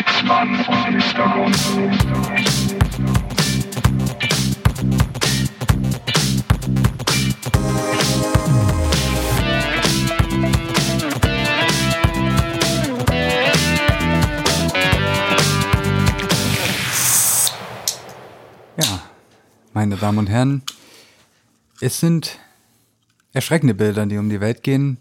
Sitzmann und Mr. Gonzo. Ja, meine Damen und Herren, es sind erschreckende Bilder, die um die Welt gehen.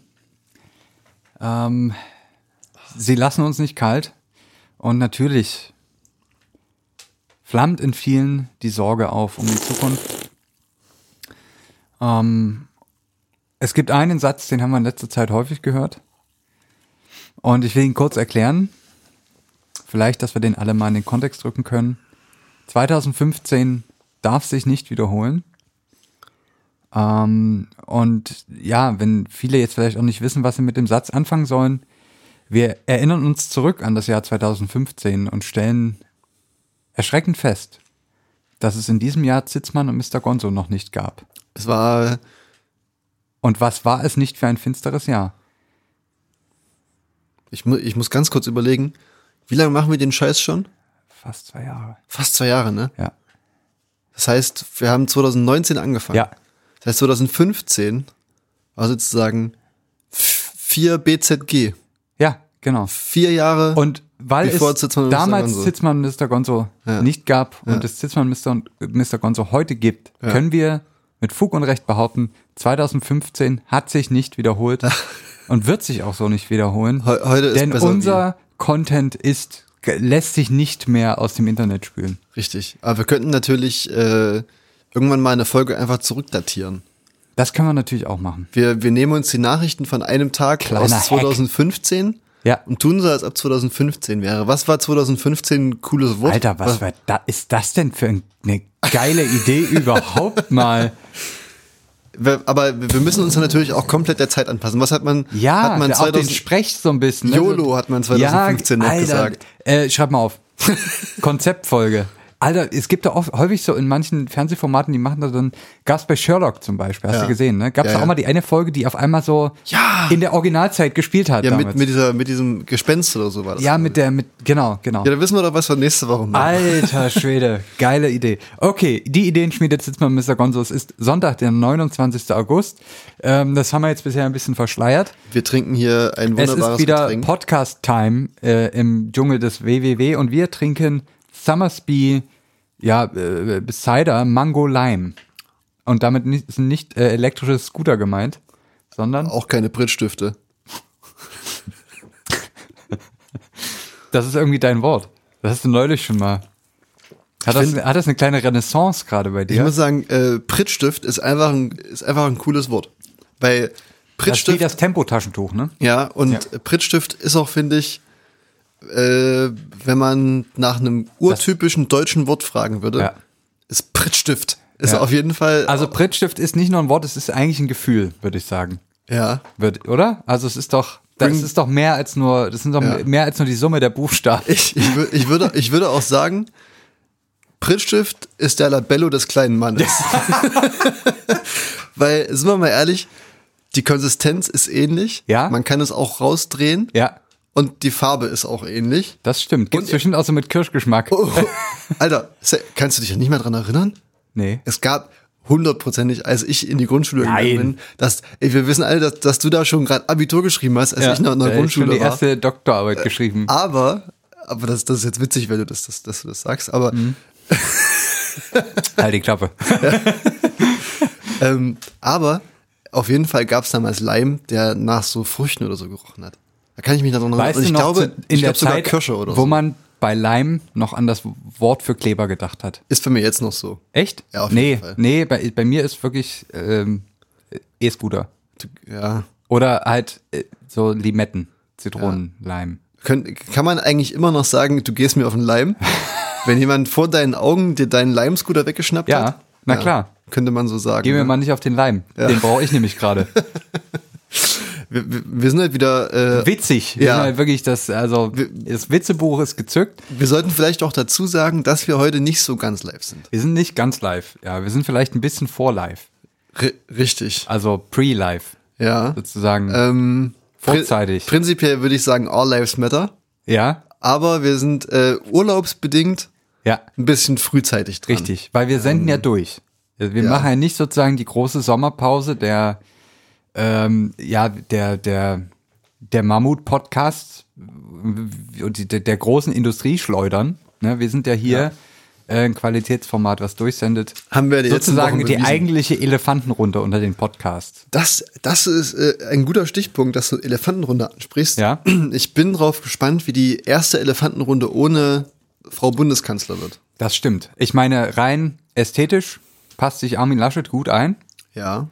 Sie lassen uns nicht kalt und natürlich flammt in vielen die Sorge auf um die Zukunft. Es gibt einen Satz, den haben wir in letzter Zeit häufig gehört und ich will ihn kurz erklären. Vielleicht, dass wir den alle mal in den Kontext drücken können. 2015 darf sich nicht wiederholen. Und ja, wenn viele jetzt vielleicht auch nicht wissen, was sie mit dem Satz anfangen sollen, wir erinnern uns zurück an das Jahr 2015 und stellen erschreckend fest, dass es in diesem Jahr Zitzmann und Mr. Gonzo noch nicht gab. Es war... Und was war es nicht für ein finsteres Jahr? Ich muss ganz kurz überlegen, wie lange machen wir den Scheiß schon? Fast 2 Jahre. Fast 2 Jahre, ne? Ja. Das heißt, wir haben 2019 angefangen. Ja. Das heißt, 2015 war sozusagen 4 BZG. Ja, genau. 4 Jahre. Und weil bevor es Zitzmann und damals Mr. Gonzo. Zitzmann und Mr. Gonzo nicht gab und es Zitzmann und Mr. Gonzo heute gibt, können wir mit Fug und Recht behaupten, 2015 hat sich nicht wiederholt und wird sich auch so nicht wiederholen. Heute ist denn besser unser Content lässt sich nicht mehr aus dem Internet spülen. Richtig. Aber wir könnten natürlich irgendwann mal eine Folge einfach zurückdatieren. Das kann man natürlich auch machen. Wir nehmen uns die Nachrichten von einem Tag Kleiner aus Hack. 2015 und tun so, als ob 2015 wäre. Was war 2015 ein cooles Wort? Alter, was ist das denn für eine geile Idee überhaupt mal? Aber wir müssen uns natürlich auch komplett der Zeit anpassen. Was hat man? Ja, hat man auch den Sprech so ein bisschen. Ne? YOLO hat man 2015 noch gesagt. Schreib mal auf. Konzeptfolge. Alter, es gibt da häufig so in manchen Fernsehformaten, die machen da dann, gab's bei Sherlock zum Beispiel, hast du gesehen, ne? Gab's da auch mal die eine Folge, die auf einmal so in der Originalzeit gespielt hat. Ja, mit diesem Gespenst oder so war das. Ja, genau. Ja, da wissen wir doch, was wir nächste Woche machen. Alter Schwede, geile Idee. Okay, die Ideenschmiede Zitzmann und Mr. Gonzo. Es ist Sonntag, der 29. August. Das haben wir jetzt bisher ein bisschen verschleiert. Wir trinken hier ein wunderbares Es ist wieder Getränk. Podcast-Time im Dschungel des WWW und wir trinken Summersby Cider Mango Lime. Und damit sind nicht elektrische Scooter gemeint, sondern... Auch keine Brittstifte. Das ist irgendwie dein Wort. Das hast du neulich schon mal. Hat das eine kleine Renaissance gerade bei dir? Ich muss sagen, Prittstift ist einfach ein cooles Wort. Weil Prittstift... Das ist wie das Tempotaschentuch, ne? Ja, und Prittstift ist auch, finde ich, wenn man nach einem urtypischen deutschen Wort fragen würde, ist Prittstift. Ist auf jeden Fall... Also Prittstift ist nicht nur ein Wort, es ist eigentlich ein Gefühl, würde ich sagen. Ja. Oder? Also es ist doch... Das ist doch mehr als nur... Das sind doch mehr als nur die Summe der Buchstaben. Ich würde auch sagen, Prittstift ist der Labello des kleinen Mannes. Weil, sind wir mal ehrlich, die Konsistenz ist ähnlich. Ja. Man kann es auch rausdrehen. Ja. Und die Farbe ist auch ähnlich. Das stimmt. Gibt's bestimmt auch so mit Kirschgeschmack. Alter, kannst du dich ja nicht mehr dran erinnern? Nee. Es gab 100%, als ich in die Grundschule gegangen bin, wir wissen alle, dass du da schon gerade Abitur geschrieben hast, als ich noch in der Grundschule war. Ich habe die erste Doktorarbeit geschrieben. Aber das ist jetzt witzig, wenn du dass du das sagst, aber Halt die Klappe. Aber auf jeden Fall gab es damals Leim, der nach so Früchten oder so gerochen hat. Da kann ich mich noch erinnern. Weißt und ich du noch, glaube, in der sogar Zeit, Kirsche oder wo so. man bei Leim noch an das Wort für Kleber gedacht hat. Ist bei mir jetzt noch so. Echt? Ja, auf jeden Fall. Nee, bei mir ist wirklich E-Scooter. Ja. Oder halt so Limetten, Zitronen, Leim. Kann man eigentlich immer noch sagen, du gehst mir auf den Leim? Wenn jemand vor deinen Augen dir deinen Leimscooter weggeschnappt hat? Ja, na klar. Könnte man so sagen. Geh mir mal nicht auf den Leim. Ja. Den brauche ich nämlich gerade. Wir sind halt wieder witzig. Wir sind halt wirklich das Witzebuch ist gezückt. Wir sollten vielleicht auch dazu sagen, dass wir heute nicht so ganz live sind. Wir sind nicht ganz live. Ja, wir sind vielleicht ein bisschen vor live. Richtig. Also pre-live. Ja. Sozusagen vorzeitig. Prinzipiell würde ich sagen, all lives matter. Ja. aber wir sind urlaubsbedingt Ja, ein bisschen frühzeitig dran. richtig, weil wir senden ja durch. Wir machen ja nicht sozusagen die große Sommerpause der Mammut-Podcast und der großen Industrieschleudern. Ne? Wir sind ja hier ein Qualitätsformat, was durchsendet. Haben wir die letzten sozusagen Wochen die bewiesen. eigentliche Elefantenrunde unter den Podcasts. Das ist ein guter Stichpunkt, dass du Elefantenrunde ansprichst. Ja. Ich bin drauf gespannt, wie die erste Elefantenrunde ohne Frau Bundeskanzler wird. Das stimmt. Ich meine, rein ästhetisch passt sich Armin Laschet gut ein. Ja.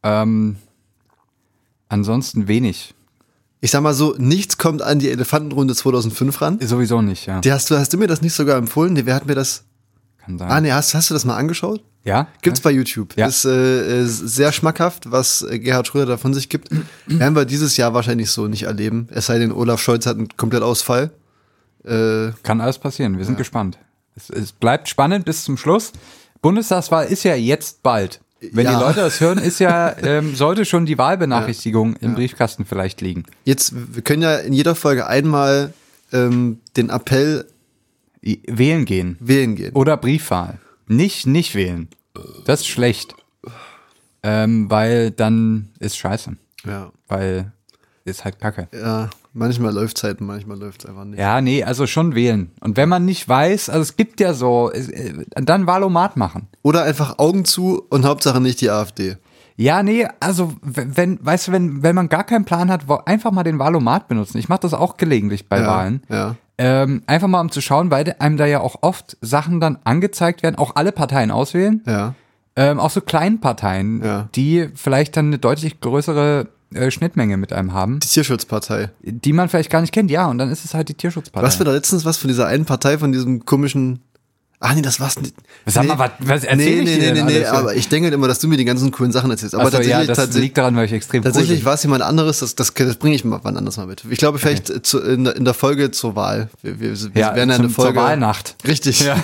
Ansonsten wenig. Ich sag mal so, nichts kommt an die Elefantenrunde 2005 ran. Sowieso nicht, ja. Hast du mir das nicht sogar empfohlen? Nee, wer hat mir das? Kann sein. Hast du das mal angeschaut? Ja? Gibt's bei YouTube. Ja. Ist sehr schmackhaft, was Gerhard Schröder davon sich gibt. Werden wir dieses Jahr wahrscheinlich so nicht erleben. Es sei denn, Olaf Scholz hat einen Komplettausfall. Kann alles passieren. Wir sind gespannt. Es bleibt spannend bis zum Schluss. Bundestagswahl ist ja jetzt bald. Wenn die Leute das hören, ist ja, sollte schon die Wahlbenachrichtigung im Briefkasten vielleicht liegen. Jetzt, wir können ja in jeder Folge einmal den Appell Wählen gehen. Oder Briefwahl. Nicht wählen. Das ist schlecht. Weil dann ist scheiße. Ja. Weil ist halt Kacke. Ja, manchmal läuft's halt, manchmal läuft's einfach nicht. Ja, nee, also schon wählen. Und wenn man nicht weiß, also es gibt ja so, dann Wahlomat machen. Oder einfach Augen zu und Hauptsache nicht die AfD. Ja, nee, also wenn man gar keinen Plan hat, einfach mal den Wahlomat benutzen. Ich mache das auch gelegentlich bei Wahlen. Ja. Einfach mal um zu schauen, weil einem da ja auch oft Sachen dann angezeigt werden, auch alle Parteien auswählen. Ja. Auch so kleinen Parteien, die vielleicht dann eine deutlich größere Schnittmenge mit einem haben. Die Tierschutzpartei. Die man vielleicht gar nicht kennt, ja, und dann ist es halt die Tierschutzpartei. Was wir da letztens was von dieser einen Partei, von diesem komischen. Ach nee, das war's nicht. Sag mal, was erzähl ich dir denn alles? Aber ich denke immer, dass du mir die ganzen coolen Sachen erzählst. Aber Achso, das liegt daran, weil ich extrem tatsächlich cool war es jemand anderes, das bringe ich mal wann anders mal mit. Ich glaube, vielleicht in der Folge zur Wahl. Wir werden ja eine Folge. Zur Wahlnacht. Richtig. Ja.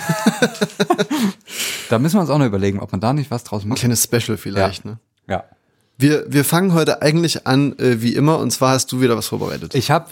Da müssen wir uns auch noch überlegen, ob man da nicht was draus macht. Ein kleines Special vielleicht, ne? Ja. Wir fangen heute eigentlich an, wie immer, und zwar hast du wieder was vorbereitet. Ich habe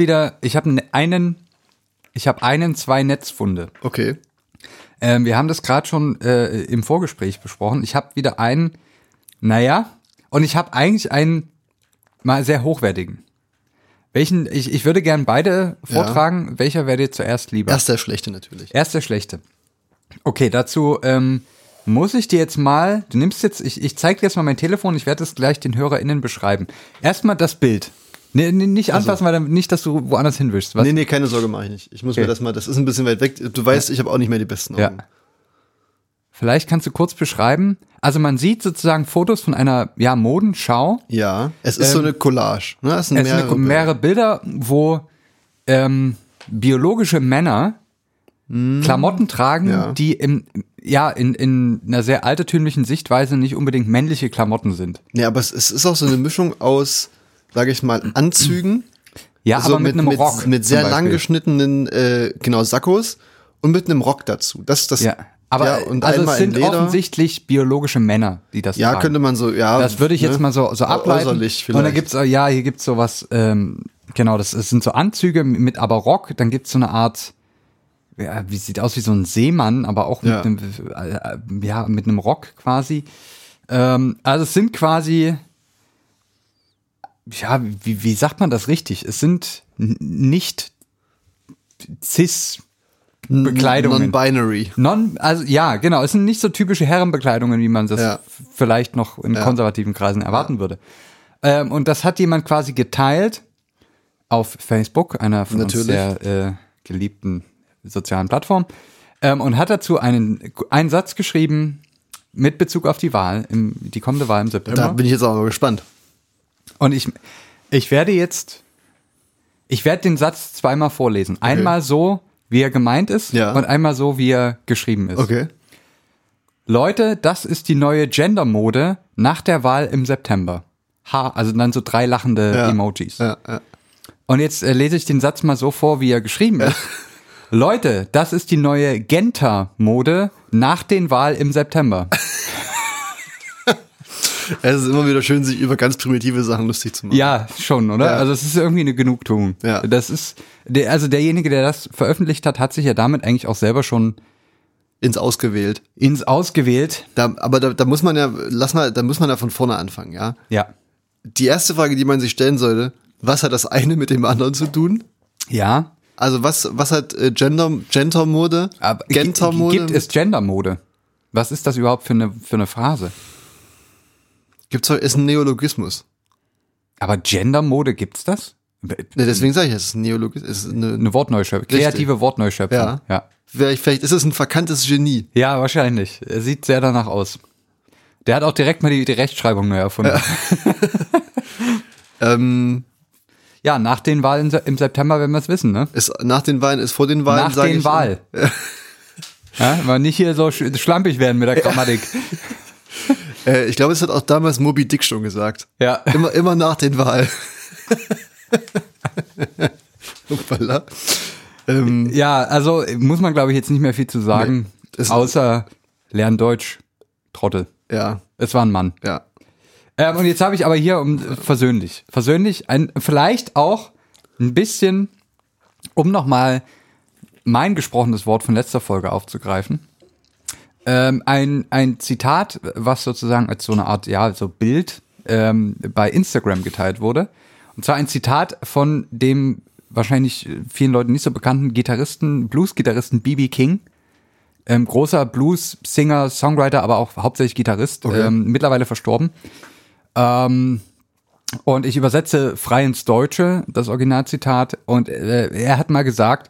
zwei Netzfunde. Okay. Wir haben das gerade schon im Vorgespräch besprochen. Ich habe wieder und ich habe eigentlich einen mal sehr hochwertigen. Welchen, ich würde gern beide vortragen. Ja. Welcher wäre dir zuerst lieber? Erst der Schlechte natürlich. Erst der Schlechte. Okay, dazu muss ich dir jetzt mal, du nimmst jetzt, ich zeige dir jetzt mal mein Telefon, ich werde es gleich den HörerInnen beschreiben. Erstmal das Bild. Nee, nicht anfassen, weil dann nicht, dass du woanders hinwischst. Was? Nee, keine Sorge, mache ich nicht. Ich muss mir das ist ein bisschen weit weg. Du weißt, ich habe auch nicht mehr die besten Augen. Ja. Vielleicht kannst du kurz beschreiben. Also man sieht sozusagen Fotos von einer Modenschau. Ja, es ist so eine Collage. Ne? Es sind mehrere Bilder, wo biologische Männer Klamotten tragen, die in einer sehr altertümlichen Sichtweise nicht unbedingt männliche Klamotten sind. Nee, aber es ist auch so eine Mischung aus, sage ich mal, Anzügen. Ja, also aber mit einem Rock. Mit sehr lang geschnittenen Sakkos und mit einem Rock dazu. Das. Ja. Aber und also es sind offensichtlich biologische Männer, die das tragen. Ja, könnte man so, Das würde ich jetzt mal so ableiten. Äußerlich vielleicht. Und dann gibt's, hier gibt's sowas, das sind so Anzüge mit aber Rock, dann gibt's so eine Art, wie sieht aus wie so ein Seemann, aber auch mit einem Rock quasi. Also es sind quasi, wie sagt man das richtig? Es sind nicht Bekleidungen. Non-binary. Es sind nicht so typische Herrenbekleidungen, wie man das vielleicht noch in konservativen Kreisen erwarten würde. Und das hat jemand quasi geteilt auf Facebook, einer von uns sehr geliebten sozialen Plattform, und hat dazu einen Satz geschrieben mit Bezug auf die Wahl, die kommende Wahl im September. Da bin ich jetzt auch mal gespannt. Und ich werde den Satz zweimal vorlesen. Okay. Einmal so, wie er gemeint ist, und einmal so, wie er geschrieben ist. Okay. Leute, das ist die neue Gender-Mode nach der Wahl im September. Also dann so 3 lachende Emojis. Ja. Und jetzt lese ich den Satz mal so vor, wie er geschrieben ist. Leute, das ist die neue Genter-Mode nach den Wahl im September. Es ist immer wieder schön, sich über ganz primitive Sachen lustig zu machen. Ja, schon, oder? Ja. Also es ist irgendwie eine Genugtuung. Ja. Das ist, also derjenige, der das veröffentlicht hat, hat sich ja damit eigentlich auch selber schon ins Ausgewählt. Da muss man ja, da muss man ja von vorne anfangen, ja? Ja. Die erste Frage, die man sich stellen sollte, was hat das eine mit dem anderen zu tun? Ja. Also was hat Gendermode? Gentermode? Gibt es Gendermode? Was ist das überhaupt für eine Phrase? Ist ein Neologismus. Aber Gendermode, gibt's das? Ne, deswegen sage ich, es ist ein Neologismus. Es ist eine Wortneuschöpfung. Kreative Wortneuschöpfung. Ja. Vielleicht ist es ein verkanntes Genie. Ja, wahrscheinlich. Er sieht sehr danach aus. Der hat auch direkt mal die Rechtschreibung neu erfunden. Ja. Ja, nach den Wahlen im September werden wir es wissen, ne? Nach den Wahlen ist vor den Wahlen, sage ich. Nach den Wahlen. Ja, mal nicht hier so schlampig werden mit der Grammatik. Ich glaube, es hat auch damals Moby Dick schon gesagt. Ja. Immer nach den Wahlen. Hoppala. Ja, also muss man, glaube ich, jetzt nicht mehr viel zu sagen, außer lern Deutsch, Trottel. Ja. Es war ein Mann. Ja. Und jetzt habe ich aber hier versöhnlich vielleicht auch ein bisschen, um nochmal mein gesprochenes Wort von letzter Folge aufzugreifen, ein Zitat, was sozusagen als so eine Art, so Bild bei Instagram geteilt wurde. Und zwar ein Zitat von dem wahrscheinlich vielen Leuten nicht so bekannten Blues-Gitarristen B.B. King. Großer Blues-Singer, Songwriter, aber auch hauptsächlich Gitarrist, okay. Mittlerweile verstorben. Und ich übersetze frei ins Deutsche, das Originalzitat. Und er hat mal gesagt,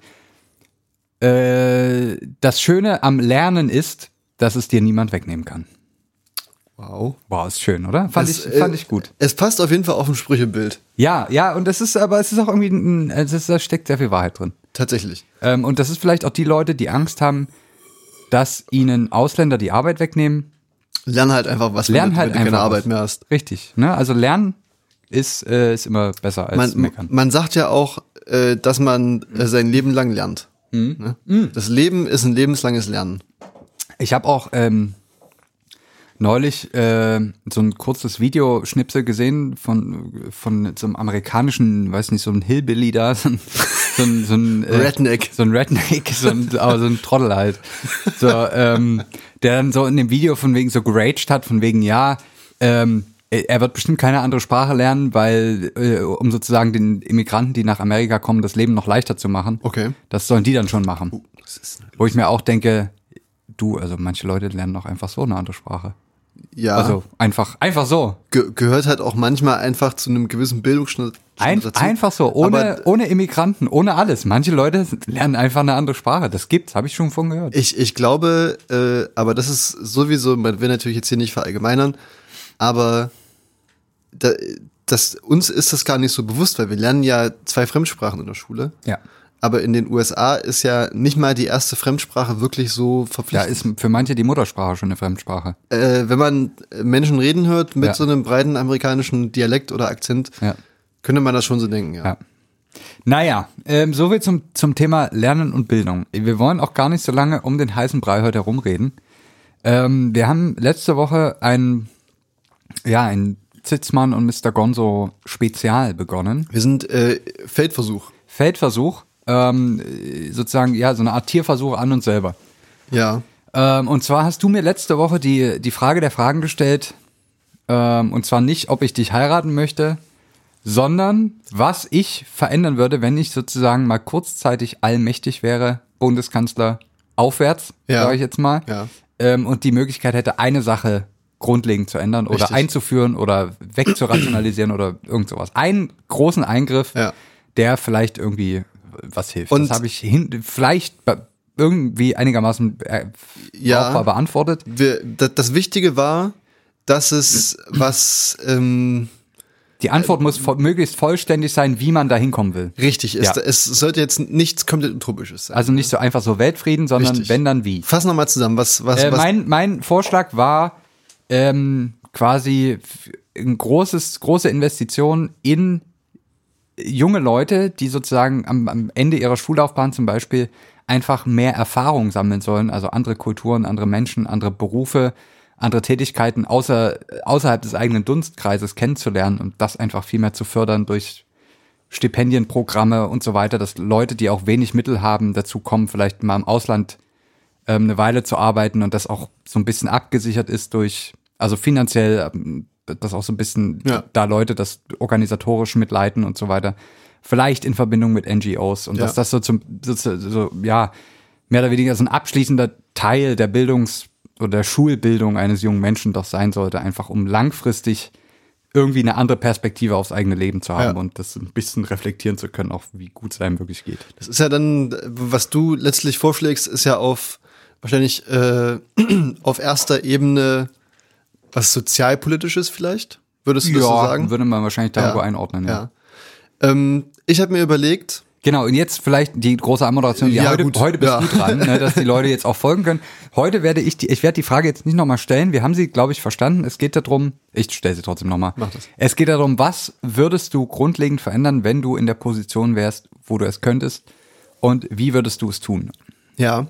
das Schöne am Lernen ist, dass es dir niemand wegnehmen kann. Wow. Wow, ist schön, oder? Fand ich gut. Es passt auf jeden Fall auf ein Sprüchebild. Ja, und es ist auch irgendwie, da steckt sehr viel Wahrheit drin. Tatsächlich. Und das ist vielleicht auch die Leute, die Angst haben, dass ihnen Ausländer die Arbeit wegnehmen. Lern halt einfach was, wenn du keine Arbeit mehr hast. Richtig, ne? Also lernen ist immer besser als meckern. Man sagt ja auch, dass man sein Leben lang lernt. Mhm. Ne? Das Leben ist ein lebenslanges Lernen. Ich habe auch neulich so ein kurzes Videoschnipsel gesehen von so einem amerikanischen, weiß nicht, so ein Hillbilly da, so ein Redneck. So ein Redneck, so ein Trottel halt. So, der dann so in dem Video von wegen so geraged hat, von wegen, er wird bestimmt keine andere Sprache lernen, weil, um sozusagen den Immigranten, die nach Amerika kommen, das Leben noch leichter zu machen. Okay. Das sollen die dann schon machen. Wo ich mir auch denke, also manche Leute lernen auch einfach so eine andere Sprache. Ja. Also einfach so. Gehört halt auch manchmal einfach zu einem gewissen Bildungsschnitt dazu. Einfach so, ohne Immigranten, ohne alles. Manche Leute lernen einfach eine andere Sprache. Das gibt's, habe ich schon von gehört. Ich glaube, aber das ist sowieso, man will natürlich jetzt hier nicht verallgemeinern, aber uns ist das gar nicht so bewusst, weil wir lernen ja 2 Fremdsprachen in der Schule. Ja. Aber in den USA ist ja nicht mal die erste Fremdsprache wirklich so verpflichtend. Ja, ist für manche die Muttersprache schon eine Fremdsprache. Wenn man Menschen reden hört mit so einem breiten amerikanischen Dialekt oder Akzent, könnte man das schon so denken, ja. Naja, soviel zum Thema Lernen und Bildung. Wir wollen auch gar nicht so lange um den heißen Brei heute herumreden. Wir haben letzte Woche ein Zitzmann und Mr. Gonzo Spezial begonnen. Wir sind Feldversuch. Sozusagen, so eine Art Tierversuch an uns selber. Ja. Und zwar hast du mir letzte Woche die Frage der Fragen gestellt, und zwar nicht, ob ich dich heiraten möchte, sondern was ich verändern würde, wenn ich sozusagen mal kurzzeitig allmächtig wäre, Bundeskanzler aufwärts, sage ich jetzt mal, und die Möglichkeit hätte, eine Sache grundlegend zu ändern oder einzuführen oder wegzurationalisieren oder irgend sowas. Einen großen Eingriff, der vielleicht irgendwie was hilft. Und das habe ich vielleicht irgendwie einigermaßen brauchbar beantwortet. Das Wichtige war, dass es was... die Antwort muss möglichst vollständig sein, wie man da hinkommen will. Richtig, es sollte jetzt nichts komplett Utopisches sein. Also nicht so einfach so Weltfrieden, sondern wenn, dann wie. Fass nochmal zusammen, was mein Vorschlag war quasi eine große Investition in junge Leute, die sozusagen am Ende ihrer Schullaufbahn zum Beispiel einfach mehr Erfahrung sammeln sollen, also andere Kulturen, andere Menschen, andere Berufe, andere Tätigkeiten außerhalb des eigenen Dunstkreises kennenzulernen und das einfach viel mehr zu fördern durch Stipendienprogramme und so weiter, dass Leute, die auch wenig Mittel haben, dazu kommen, vielleicht mal im Ausland eine Weile zu arbeiten und das auch so ein bisschen abgesichert ist durch, also finanziell, dass auch so ein bisschen da Leute das organisatorisch mitleiten und so weiter. Vielleicht in Verbindung mit NGOs und dass das so mehr oder weniger so ein abschließender Teil der oder der Schulbildung eines jungen Menschen doch sein sollte, einfach um langfristig irgendwie eine andere Perspektive aufs eigene Leben zu haben und das ein bisschen reflektieren zu können, auch wie gut es einem wirklich geht. Das ist ja dann, was du letztlich vorschlägst, ist ja wahrscheinlich auf erster Ebene was Sozialpolitisches vielleicht, würdest du das so sagen? Ja, würde man wahrscheinlich darüber einordnen, ja. Ich habe mir überlegt, genau, und jetzt vielleicht die große Anmoderation, heute bist du dran, ne, dass die Leute jetzt auch folgen können. Heute werde ich die Frage jetzt nicht nochmal stellen, wir haben sie, glaube ich, verstanden. Es geht darum, ich stelle sie trotzdem nochmal. Mach das. Es geht darum, was würdest du grundlegend verändern, wenn du in der Position wärst, wo du es könntest, und wie würdest du es tun? Ja.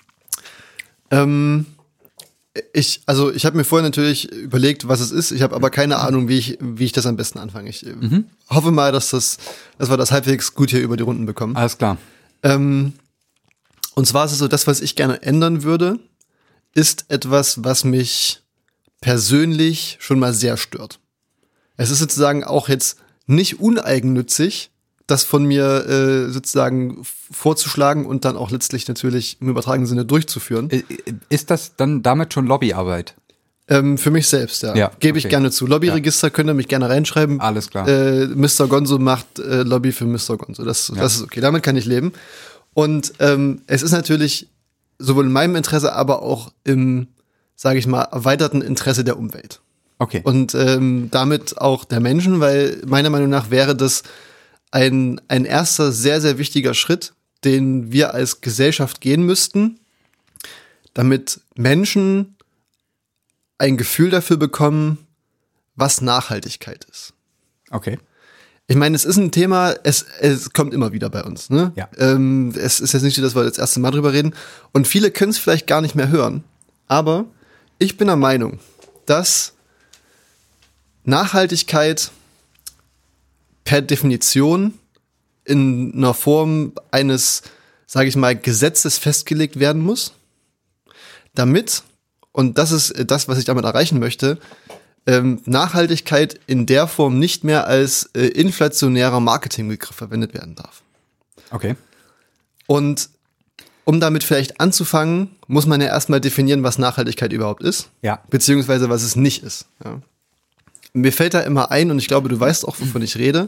Ich habe mir vorher natürlich überlegt, was es ist. Ich habe aber keine Ahnung, wie ich das am besten anfange. Ich hoffe mal, dass wir das halbwegs gut hier über die Runden bekommen. Alles klar. Und zwar ist es so, das, was ich gerne ändern würde, ist etwas, was mich persönlich schon mal sehr stört. Es ist sozusagen auch jetzt nicht uneigennützig, das von mir sozusagen vorzuschlagen und dann auch letztlich natürlich im übertragenen Sinne durchzuführen. Ist das dann damit schon Lobbyarbeit? Für mich selbst, ja. Gebe ich gerne zu. Lobbyregister könnt ihr mich gerne reinschreiben. Alles klar. Mr. Gonzo macht Lobby für Mr. Gonzo. Das ist okay, damit kann ich leben. Und es ist natürlich sowohl in meinem Interesse, aber auch im, sage ich mal, erweiterten Interesse der Umwelt. Okay. Und damit auch der Menschen, weil meiner Meinung nach wäre das ein erster sehr, sehr wichtiger Schritt, den wir als Gesellschaft gehen müssten, damit Menschen ein Gefühl dafür bekommen, was Nachhaltigkeit ist. Okay. Ich meine, es ist ein Thema, es kommt immer wieder bei uns, ne? Ja. Es ist jetzt nicht so, dass wir das erste Mal drüber reden. Und viele können es vielleicht gar nicht mehr hören. Aber ich bin der Meinung, dass Nachhaltigkeit per Definition in einer Form eines, sage ich mal, Gesetzes festgelegt werden muss, damit, und das ist das, was ich damit erreichen möchte, Nachhaltigkeit in der Form nicht mehr als inflationärer Marketingbegriff verwendet werden darf. Okay. Und um damit vielleicht anzufangen, muss man ja erstmal definieren, was Nachhaltigkeit überhaupt ist, beziehungsweise was es nicht ist. Ja. Mir fällt da immer ein, und ich glaube, du weißt auch, wovon ich rede,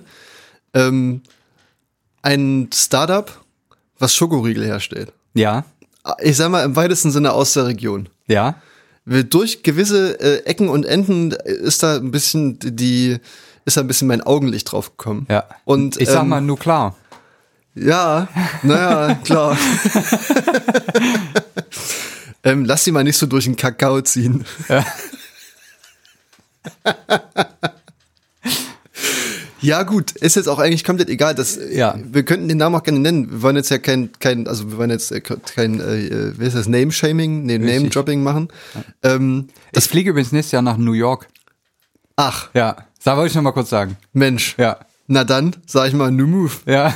ein Startup, was Schokoriegel herstellt. Ja. Ich sag mal, im weitesten Sinne aus der Region. Ja. Durch gewisse Ecken und Enden ist da ein bisschen mein Augenlicht drauf gekommen. Ja. Und ich sag mal nur klar. Ja, naja, klar. Lass sie mal nicht so durch den Kakao ziehen. Ja. Ja gut, ist jetzt auch eigentlich komplett egal. Wir könnten den Namen auch gerne nennen. Wir wollen jetzt ja kein wie heißt das, Name-Shaming, Name-Dropping machen. Ja. Ich fliege übrigens nächstes Jahr nach New York. Ach. Ja, da wollte ich noch mal kurz sagen. Mensch. Ja. Na dann, sag ich mal, new move. Ja.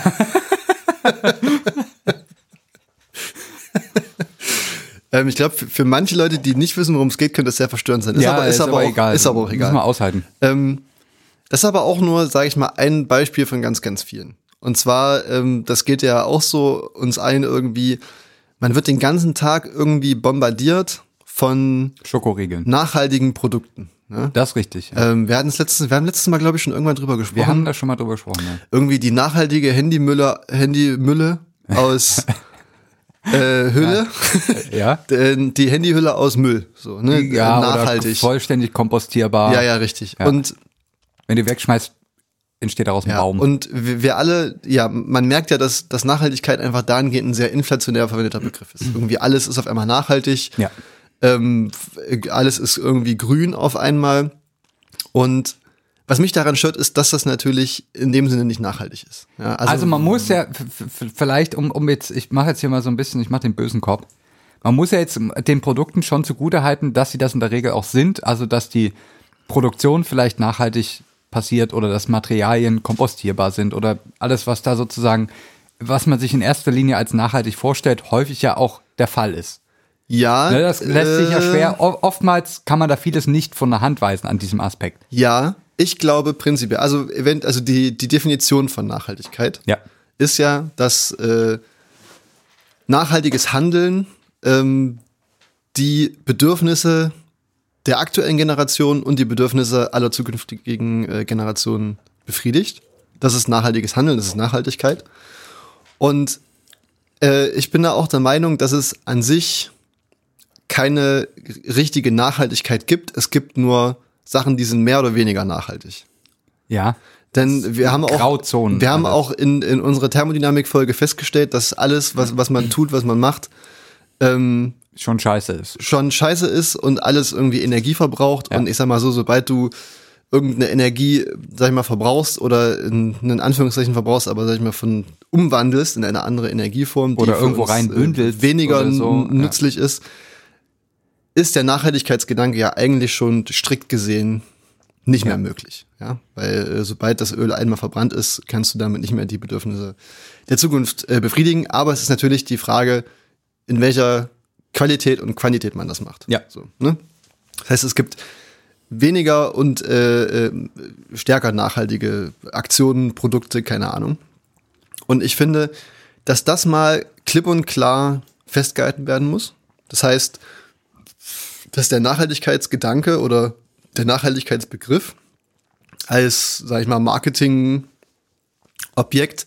Ich glaube, für manche Leute, die nicht wissen, worum es geht, könnte das sehr verstörend sein. Ist aber auch egal. Ist aber auch egal. Muss man aushalten. Das ist aber auch nur, sage ich mal, ein Beispiel von ganz, ganz vielen. Und zwar, das geht ja auch so uns allen irgendwie, man wird den ganzen Tag irgendwie bombardiert von Schokoriegeln, nachhaltigen Produkten. Ne? Das ist richtig. Ja. Wir haben letztes Mal, glaube ich, schon irgendwann drüber gesprochen. Wir haben da schon mal drüber gesprochen, ja. Irgendwie die nachhaltige Handymülle aus Hülle. Ja. Die Handyhülle aus Müll. So, ne? Ja, nachhaltig. Oder vollständig kompostierbar. Ja, richtig. Ja. Und wenn du wegschmeißt, entsteht daraus ein Baum. Und wir alle, man merkt ja, dass Nachhaltigkeit einfach dahingehend ein sehr inflationär verwendeter Begriff ist. Irgendwie alles ist auf einmal nachhaltig. Ja. Alles ist irgendwie grün auf einmal. Und was mich daran stört, ist, dass das natürlich in dem Sinne nicht nachhaltig ist. Ja, also man muss ja vielleicht, ich mache jetzt hier mal so ein bisschen, ich mache den bösen Kopf. Man muss ja jetzt den Produkten schon zugutehalten, dass sie das in der Regel auch sind, also dass die Produktion vielleicht nachhaltig passiert oder dass Materialien kompostierbar sind oder alles, was da sozusagen, was man sich in erster Linie als nachhaltig vorstellt, häufig ja auch der Fall ist. Ja. Ne, das lässt sich ja schwer, oftmals kann man da vieles nicht von der Hand weisen an diesem Aspekt. Ja, ich glaube prinzipiell, also die Definition von Nachhaltigkeit ist ja, dass nachhaltiges Handeln die Bedürfnisse der aktuellen Generation und die Bedürfnisse aller zukünftigen Generationen befriedigt. Das ist nachhaltiges Handeln, das ist Nachhaltigkeit. Und ich bin da auch der Meinung, dass es an sich keine richtige Nachhaltigkeit gibt. Es gibt nur Sachen, die sind mehr oder weniger nachhaltig. Ja. Denn wir haben Grauzonen. Wir haben auch in unserer Thermodynamik-Folge festgestellt, dass alles, was man tut, was man macht, schon scheiße ist. Schon scheiße ist und alles irgendwie Energie verbraucht. Ja. Und ich sag mal so, sobald du irgendeine Energie, sag ich mal, verbrauchst oder in Anführungszeichen verbrauchst, aber sag ich mal, umwandelst in eine andere Energieform, die oder irgendwo rein bündelt, weniger so, nützlich ist der Nachhaltigkeitsgedanke ja eigentlich schon strikt gesehen nicht mehr möglich. Ja? Weil sobald das Öl einmal verbrannt ist, kannst du damit nicht mehr die Bedürfnisse der Zukunft befriedigen. Aber es ist natürlich die Frage, in welcher Qualität und Quantität man das macht. Ja. So, ne? Das heißt, es gibt weniger und stärker nachhaltige Aktionen, Produkte, keine Ahnung. Und ich finde, dass das mal klipp und klar festgehalten werden muss. Das heißt, dass der Nachhaltigkeitsgedanke oder der Nachhaltigkeitsbegriff als, sag ich mal, Marketingobjekt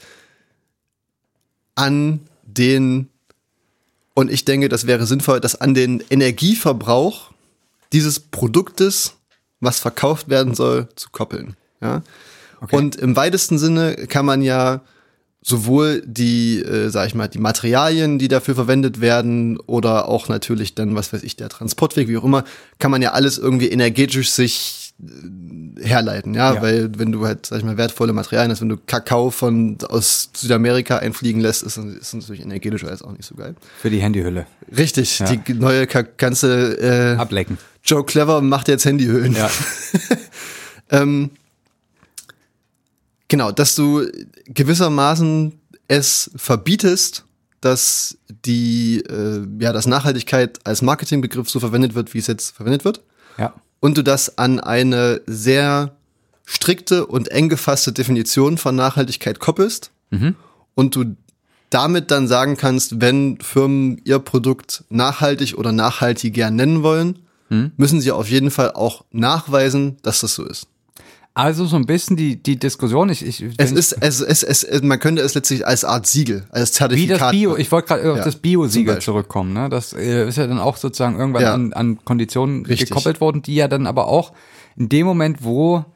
an den, und ich denke, das wäre sinnvoll, dass an den Energieverbrauch dieses Produktes, was verkauft werden soll, zu koppeln. Ja? Okay. Und im weitesten Sinne kann man ja sowohl die, sag ich mal, die Materialien, die dafür verwendet werden, oder auch natürlich dann, was weiß ich, der Transportweg, wie auch immer, kann man ja alles irgendwie energetisch sich herleiten, ja, weil wenn du halt, sag ich mal, wertvolle Materialien hast, wenn du Kakao aus Südamerika einfliegen lässt, ist das natürlich energetisch alles auch nicht so geil. Für die Handyhülle. Richtig, die neue ganze ablecken. Joe Clever macht jetzt Handyhüllen. Ja. Genau, dass du gewissermaßen es verbietest, dass dass Nachhaltigkeit als Marketingbegriff so verwendet wird, wie es jetzt verwendet wird. Ja. Und du das an eine sehr strikte und eng gefasste Definition von Nachhaltigkeit koppelst. Mhm. Und du damit dann sagen kannst, wenn Firmen ihr Produkt nachhaltig oder nachhaltiger nennen wollen, müssen sie auf jeden Fall auch nachweisen, dass das so ist. Also so ein bisschen die Diskussion, man könnte es letztlich als Art Siegel, als Zertifikat. Wie das Bio, ich wollte gerade auf das Bio-Siegel zurückkommen, ne? Das ist ja dann auch sozusagen irgendwann an Konditionen gekoppelt worden, die ja dann aber auch in dem Moment, wo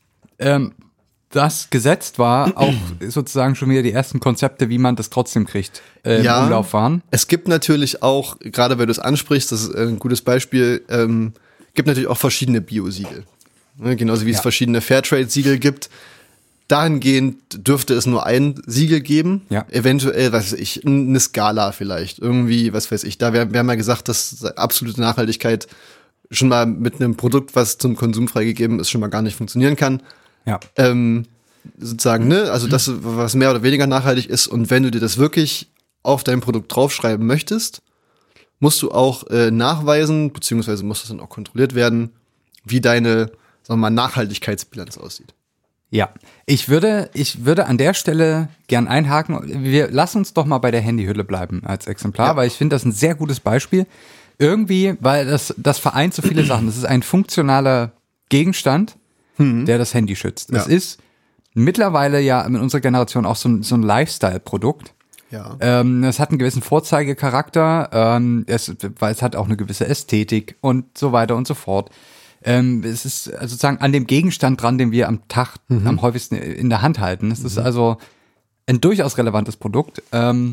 das gesetzt war, auch sozusagen schon wieder die ersten Konzepte, wie man das trotzdem kriegt, im Umlauf waren. Es gibt natürlich auch, gerade weil du es ansprichst, das ist ein gutes Beispiel, gibt natürlich auch verschiedene Bio-Siegel. Genauso wie es verschiedene Fairtrade-Siegel gibt. Dahingehend dürfte es nur ein Siegel geben. Ja. Eventuell, was weiß ich, eine Skala vielleicht. Irgendwie, was weiß ich. Da wir haben ja gesagt, dass absolute Nachhaltigkeit schon mal mit einem Produkt, was zum Konsum freigegeben ist, schon mal gar nicht funktionieren kann. Ja. Sozusagen, ne? Also das, was mehr oder weniger nachhaltig ist. Und wenn du dir das wirklich auf dein Produkt draufschreiben möchtest, musst du auch nachweisen, beziehungsweise muss das dann auch kontrolliert werden, wie deine, sagen wir mal, Nachhaltigkeitsbilanz aussieht. Ja, ich würde an der Stelle gern einhaken. Wir lassen uns doch mal bei der Handyhülle bleiben als Exemplar, weil ich finde das ein sehr gutes Beispiel. Irgendwie, weil das vereint so viele Sachen. Das ist ein funktionaler Gegenstand, der das Handy schützt. Es ist mittlerweile ja in unserer Generation auch so ein Lifestyle-Produkt. Ja. Es hat einen gewissen Vorzeigecharakter, weil es hat auch eine gewisse Ästhetik und so weiter und so fort. Es ist sozusagen an dem Gegenstand dran, den wir am Tag am häufigsten in der Hand halten. Es ist also ein durchaus relevantes Produkt.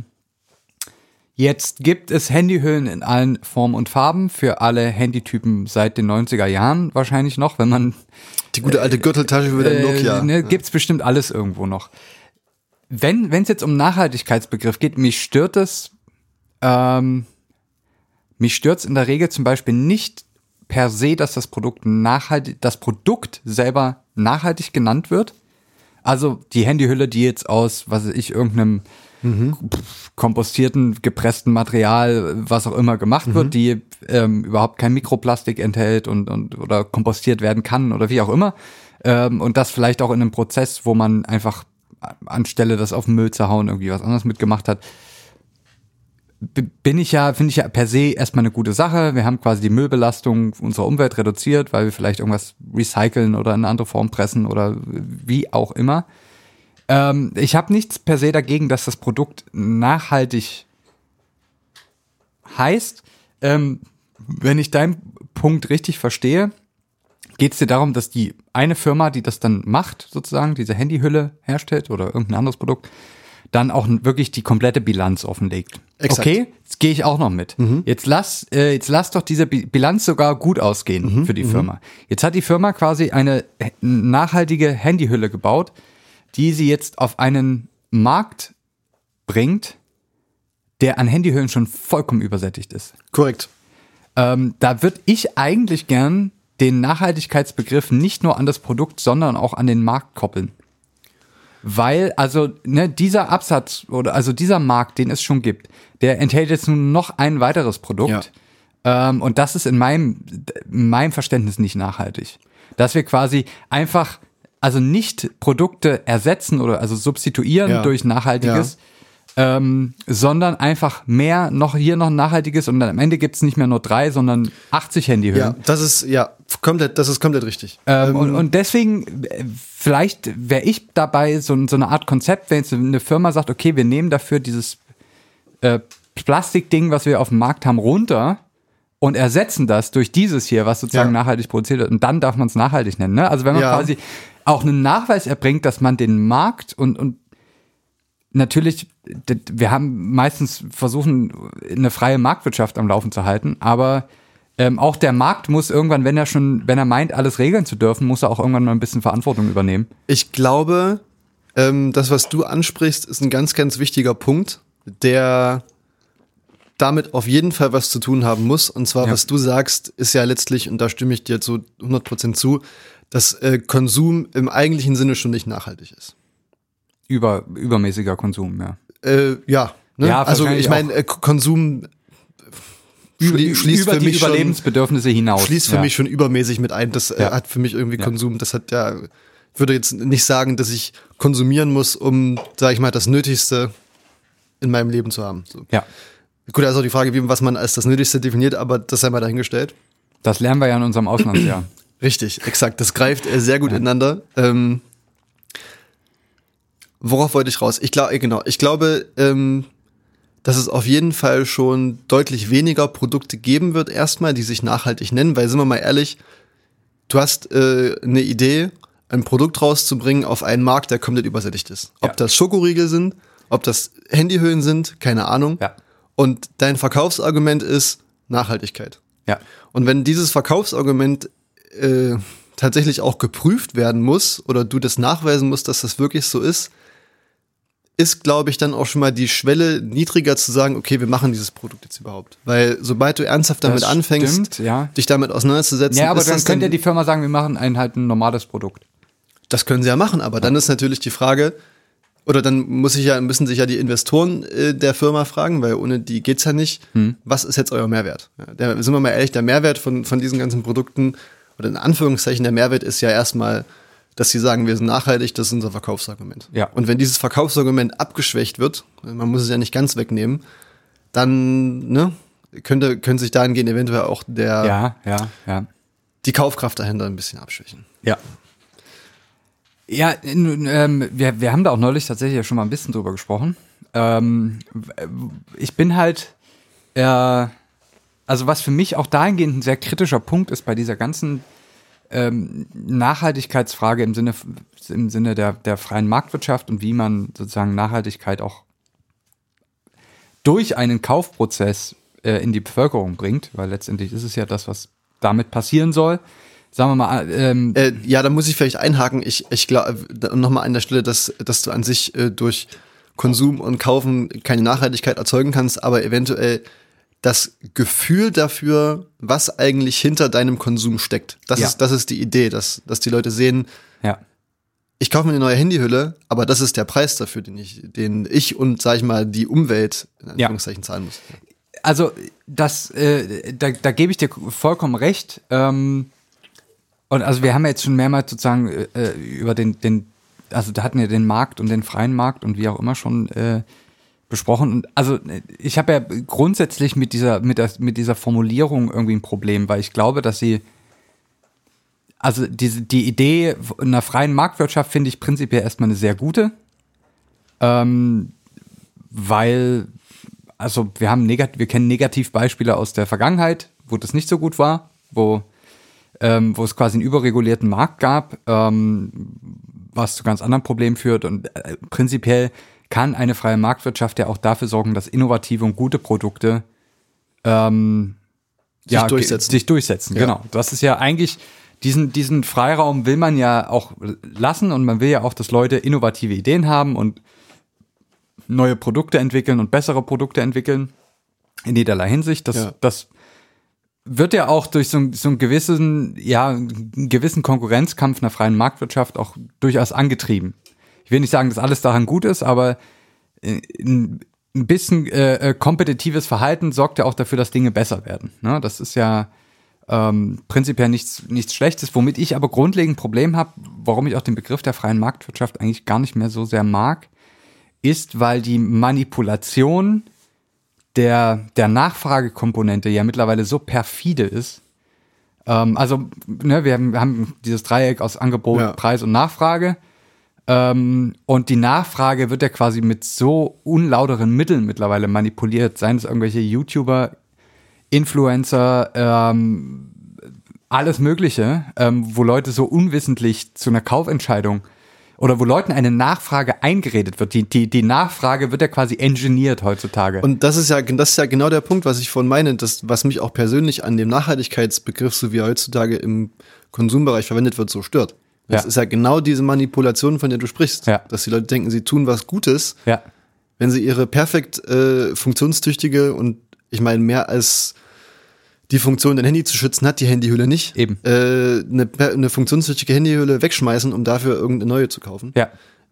Jetzt gibt es Handyhüllen in allen Formen und Farben für alle Handytypen seit den 90er Jahren wahrscheinlich noch, wenn man die gute alte Gürteltasche für den Nokia. Gibt's bestimmt alles irgendwo noch. Wenn es jetzt um Nachhaltigkeitsbegriff geht, mich stört es Mich stört's in der Regel zum Beispiel nicht per se, dass das Produkt selber nachhaltig genannt wird. Also die Handyhülle, die jetzt aus, was weiß ich, irgendeinem kompostierten, gepressten Material, was auch immer gemacht wird, die überhaupt kein Mikroplastik enthält und oder kompostiert werden kann oder wie auch immer. Und das vielleicht auch in einem Prozess, wo man einfach anstelle das auf den Müll zu hauen, irgendwie was anderes mitgemacht hat. Finde ich ja per se erstmal eine gute Sache. Wir haben quasi die Müllbelastung unserer Umwelt reduziert, weil wir vielleicht irgendwas recyceln oder in eine andere Form pressen oder wie auch immer. Ich habe nichts per se dagegen, dass das Produkt nachhaltig heißt. Wenn ich deinen Punkt richtig verstehe, geht es dir darum, dass die eine Firma, die das dann macht, sozusagen, diese Handyhülle herstellt oder irgendein anderes Produkt, dann auch wirklich die komplette Bilanz offenlegt. Exakt. Okay, jetzt gehe ich auch noch mit. Jetzt lass doch diese Bilanz sogar gut ausgehen für die Firma. Jetzt hat die Firma quasi eine nachhaltige Handyhülle gebaut, die sie jetzt auf einen Markt bringt, der an Handyhüllen schon vollkommen übersättigt ist. Korrekt. Da würde ich eigentlich gern den Nachhaltigkeitsbegriff nicht nur an das Produkt, sondern auch an den Markt koppeln. Weil, also, dieser Absatz oder also dieser Markt, den es schon gibt, der enthält jetzt nun noch ein weiteres Produkt. Ja. Und das ist in meinem Verständnis nicht nachhaltig. Dass wir quasi einfach, also nicht Produkte ersetzen oder also substituieren durch Nachhaltiges, sondern einfach noch ein Nachhaltiges und dann am Ende gibt's nicht mehr nur 3, sondern 80 Handyhüllen. Ja, das ist komplett richtig. Und deswegen, vielleicht wäre ich dabei so eine Art Konzept, wenn jetzt eine Firma sagt, okay, wir nehmen dafür dieses Plastikding, was wir auf dem Markt haben, runter und ersetzen das durch dieses hier, was sozusagen nachhaltig produziert wird. Und dann darf man es nachhaltig nennen. Ne? Also wenn man quasi auch einen Nachweis erbringt, dass man den Markt und natürlich, wir haben meistens versuchen, eine freie Marktwirtschaft am Laufen zu halten, aber auch der Markt muss irgendwann, wenn er meint, alles regeln zu dürfen, muss er auch irgendwann mal ein bisschen Verantwortung übernehmen. Ich glaube, das, was du ansprichst, ist ein ganz, ganz wichtiger Punkt, der damit auf jeden Fall was zu tun haben muss. Und zwar, was du sagst, ist ja letztlich, und da stimme ich dir zu 100% zu, dass Konsum im eigentlichen Sinne schon nicht nachhaltig ist. Übermäßiger Konsum, ja. Ja, also ich meine, Konsum schließt über für die mich Überlebensbedürfnisse hinaus. Schließt für mich schon übermäßig mit ein. Das hat für mich irgendwie Konsum, das hat ich würde jetzt nicht sagen, dass ich konsumieren muss, um, sag ich mal, das Nötigste in meinem Leben zu haben. So. Ja. Gut, also die Frage, was man als das Nötigste definiert, aber das sei mal dahingestellt. Das lernen wir ja in unserem Auslandsjahr. Richtig, exakt. Das greift sehr gut ineinander. Worauf wollte ich raus? Ich glaube, dass es auf jeden Fall schon deutlich weniger Produkte geben wird erstmal, die sich nachhaltig nennen, weil, sind wir mal ehrlich, du hast eine Idee, ein Produkt rauszubringen auf einen Markt, der komplett übersättigt ist. Ob das Schokoriegel sind, ob das Handyhüllen sind, keine Ahnung. Ja. Und dein Verkaufsargument ist Nachhaltigkeit. Ja. Und wenn dieses Verkaufsargument tatsächlich auch geprüft werden muss oder du das nachweisen musst, dass das wirklich so ist, glaube ich, dann auch schon mal die Schwelle niedriger zu sagen, okay, wir machen dieses Produkt jetzt überhaupt. Weil sobald du ernsthaft damit anfängst, dich damit auseinanderzusetzen. Ja, aber dann könnte ja die Firma sagen, wir machen ein normales Produkt. Das können sie ja machen, aber dann ist natürlich die Frage, oder dann müssen sich ja die Investoren der Firma fragen, weil ohne die geht's ja nicht. Was ist jetzt euer Mehrwert? Ja, sind wir mal ehrlich, der Mehrwert von diesen ganzen Produkten, oder in Anführungszeichen der Mehrwert ist ja erstmal, dass sie sagen, wir sind nachhaltig, das ist unser Verkaufsargument. Ja. Und wenn dieses Verkaufsargument abgeschwächt wird, man muss es ja nicht ganz wegnehmen, dann können sich dahingehend eventuell auch die Kaufkraft dahinter ein bisschen abschwächen. Ja. Ja, wir haben da auch neulich tatsächlich ja schon mal ein bisschen drüber gesprochen. Ich bin halt, also was für mich auch dahingehend ein sehr kritischer Punkt ist bei dieser ganzen Nachhaltigkeitsfrage im Sinne der freien Marktwirtschaft und wie man sozusagen Nachhaltigkeit auch durch einen Kaufprozess in die Bevölkerung bringt, weil letztendlich ist es ja das, was damit passieren soll. Sagen wir mal, da muss ich vielleicht einhaken. Ich glaube, nochmal an der Stelle, dass du an sich durch Konsum und Kaufen keine Nachhaltigkeit erzeugen kannst, aber eventuell das Gefühl dafür, was eigentlich hinter deinem Konsum steckt. Das ist die Idee, dass die Leute sehen, Ja. ich kaufe mir eine neue Handyhülle, aber das ist der Preis dafür, den ich und, sag ich mal, die Umwelt in Anführungszeichen zahlen muss. Also da gebe ich dir vollkommen recht. Und also wir haben ja jetzt schon mehrmals sozusagen über also da hatten wir den Markt und den freien Markt und wie auch immer schon besprochen. Und also ich habe ja grundsätzlich mit dieser Formulierung irgendwie ein Problem, weil ich glaube, dass die die Idee einer freien Marktwirtschaft finde ich prinzipiell erstmal eine sehr gute, weil also wir kennen Negativbeispiele aus der Vergangenheit, wo das nicht so gut war, wo es quasi einen überregulierten Markt gab, was zu ganz anderen Problemen führt. Und prinzipiell kann eine freie Marktwirtschaft ja auch dafür sorgen, dass innovative und gute Produkte sich durchsetzen. Ja. Genau. Das ist ja eigentlich, diesen Freiraum will man ja auch lassen und man will ja auch, dass Leute innovative Ideen haben und neue Produkte entwickeln und bessere Produkte entwickeln. In jederlei Hinsicht. Das wird ja auch durch so einen gewissen Konkurrenzkampf einer freien Marktwirtschaft auch durchaus angetrieben. Ich will nicht sagen, dass alles daran gut ist, aber ein bisschen kompetitives Verhalten sorgt ja auch dafür, dass Dinge besser werden. Ne? Das ist ja prinzipiell nichts Schlechtes, womit ich aber grundlegend ein Problem habe, warum ich auch den Begriff der freien Marktwirtschaft eigentlich gar nicht mehr so sehr mag, ist, weil die Manipulation der Nachfragekomponente ja mittlerweile so perfide ist. Wir haben dieses Dreieck aus Angebot, Preis und Nachfrage. Und die Nachfrage wird ja quasi mit so unlauteren Mitteln mittlerweile manipuliert, seien es irgendwelche YouTuber, Influencer, alles Mögliche, wo Leute so unwissentlich zu einer Kaufentscheidung oder wo Leuten eine Nachfrage eingeredet wird. Die Nachfrage wird ja quasi engineert heutzutage. Und das ist ja genau der Punkt, was ich vorhin meine, was mich auch persönlich an dem Nachhaltigkeitsbegriff, so wie er heutzutage im Konsumbereich verwendet wird, so stört. Das ist ja genau diese Manipulation, von der du sprichst. Ja. Dass die Leute denken, sie tun was Gutes, wenn sie ihre perfekt funktionstüchtige und ich meine, mehr als die Funktion, dein Handy zu schützen, hat die Handyhülle nicht. Eben. Eine funktionstüchtige Handyhülle wegschmeißen, um dafür irgendeine neue zu kaufen. Ja.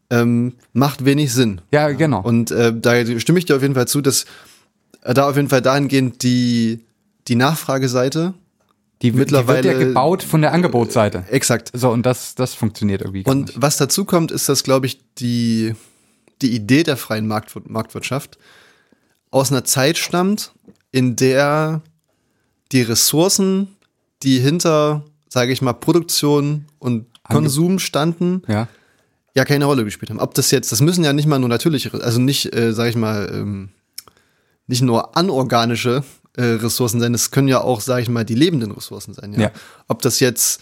Macht wenig Sinn. Ja, genau. Und da stimme ich dir auf jeden Fall zu, dass da auf jeden Fall dahingehend die Nachfrageseite mittlerweile die wird ja gebaut von der Angebotsseite. Exakt. So, und das funktioniert irgendwie gar nicht. Und was dazu kommt, ist, dass, glaube ich, die Idee der freien Marktwirtschaft aus einer Zeit stammt, in der die Ressourcen, die hinter, sage ich mal, Produktion und Konsum standen, ja keine Rolle gespielt haben. Ob das müssen ja nicht mal nur natürliche, also nicht, sage ich mal, nicht nur anorganische Ressourcen sein, es können ja auch, sage ich mal, die lebenden Ressourcen sein. Ja? Ob das jetzt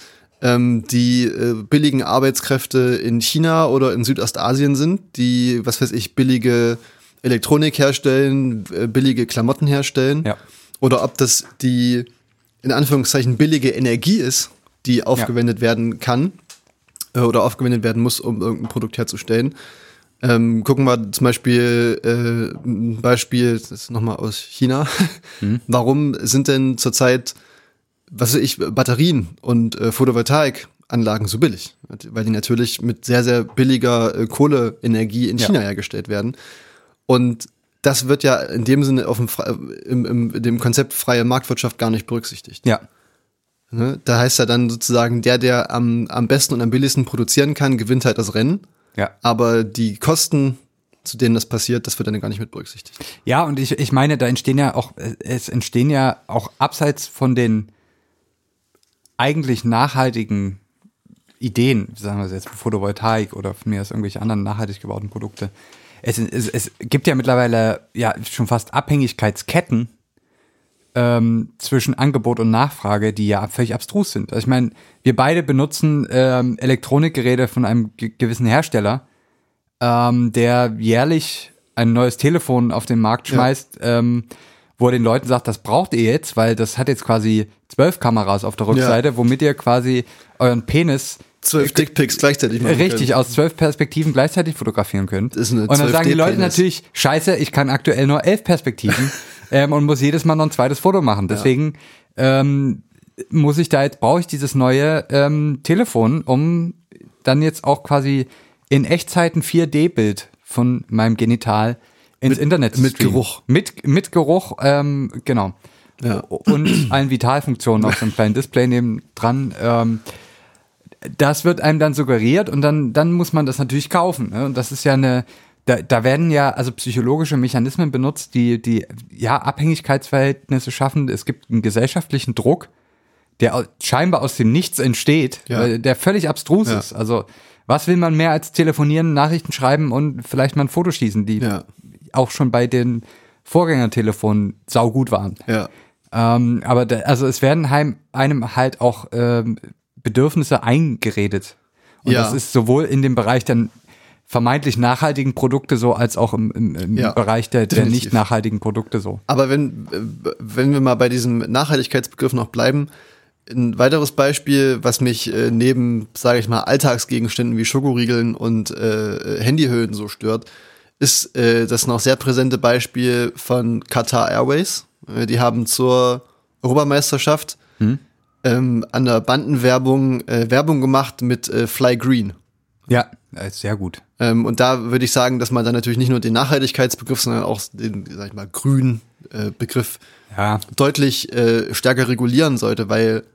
die billigen Arbeitskräfte in China oder in Südostasien sind, die, was weiß ich, billige Elektronik herstellen, billige Klamotten herstellen. Ja. Oder ob das die, in Anführungszeichen, billige Energie ist, die aufgewendet werden kann oder aufgewendet werden muss, um irgendein Produkt herzustellen. Gucken wir zum Beispiel ein Beispiel, das ist nochmal aus China. Warum sind denn zurzeit, was weiß ich, Batterien und Photovoltaikanlagen so billig? Weil die natürlich mit sehr, sehr billiger Kohleenergie in China hergestellt werden. Und das wird ja in dem Sinne in dem Konzept freie Marktwirtschaft gar nicht berücksichtigt. Ja. Ne? Da heißt ja dann sozusagen, der am besten und am billigsten produzieren kann, gewinnt halt das Rennen. Ja. Aber die Kosten, zu denen das passiert, das wird dann gar nicht mit berücksichtigt. Ja, und ich meine, es entstehen ja auch abseits von den eigentlich nachhaltigen Ideen, sagen wir jetzt Photovoltaik oder von mir aus irgendwelche anderen nachhaltig gebauten Produkte. Es gibt ja mittlerweile ja schon fast Abhängigkeitsketten zwischen Angebot und Nachfrage, die ja völlig abstrus sind. Also ich meine, wir beide benutzen Elektronikgeräte von einem gewissen Hersteller, der jährlich ein neues Telefon auf den Markt schmeißt, wo wo er den Leuten sagt, das braucht ihr jetzt, weil das hat jetzt quasi 12 Kameras auf der Rückseite, womit ihr quasi euren Penis 12 Dickpics gleichzeitig machen richtig können. aus 12 Perspektiven gleichzeitig fotografieren könnt. Das ist eine und dann sagen die Leute 12D-Penis. natürlich, scheiße, ich kann aktuell nur 11 Perspektiven und muss jedes Mal noch ein zweites Foto machen. Deswegen brauche ich dieses neue Telefon, um dann jetzt auch quasi in Echtzeit ein 4D-Bild von meinem Genital ins Internet zu mit streamen. Geruch. Mit Geruch, genau. Ja. Und allen Vitalfunktionen auf so einem kleinen Display neben dran. Das wird einem dann suggeriert und dann muss man das natürlich kaufen. Ne? Und das ist ja da werden ja also psychologische Mechanismen benutzt, die Abhängigkeitsverhältnisse schaffen. Es gibt einen gesellschaftlichen Druck, der scheinbar aus dem Nichts entsteht, der völlig abstrus ist. Also was will man mehr als telefonieren, Nachrichten schreiben und vielleicht mal ein Foto schießen, die auch schon bei den Vorgängertelefonen saugut waren. Ja. Aber es werden einem halt auch Bedürfnisse eingeredet. Und das ist sowohl in dem Bereich der vermeintlich nachhaltigen Produkte so, als auch im Bereich der nicht nachhaltigen Produkte so. Aber wenn wir mal bei diesem Nachhaltigkeitsbegriff noch bleiben, ein weiteres Beispiel, was mich neben, sage ich mal, Alltagsgegenständen wie Schokoriegeln und Handyhüllen so stört, ist das noch sehr präsente Beispiel von Qatar Airways. Die haben zur Europameisterschaft an der Bandenwerbung Werbung gemacht mit Fly Green. Ja, sehr gut. Und da würde ich sagen, dass man dann natürlich nicht nur den Nachhaltigkeitsbegriff, sondern auch den, sag ich mal, grünen Begriff deutlich stärker regulieren sollte, weil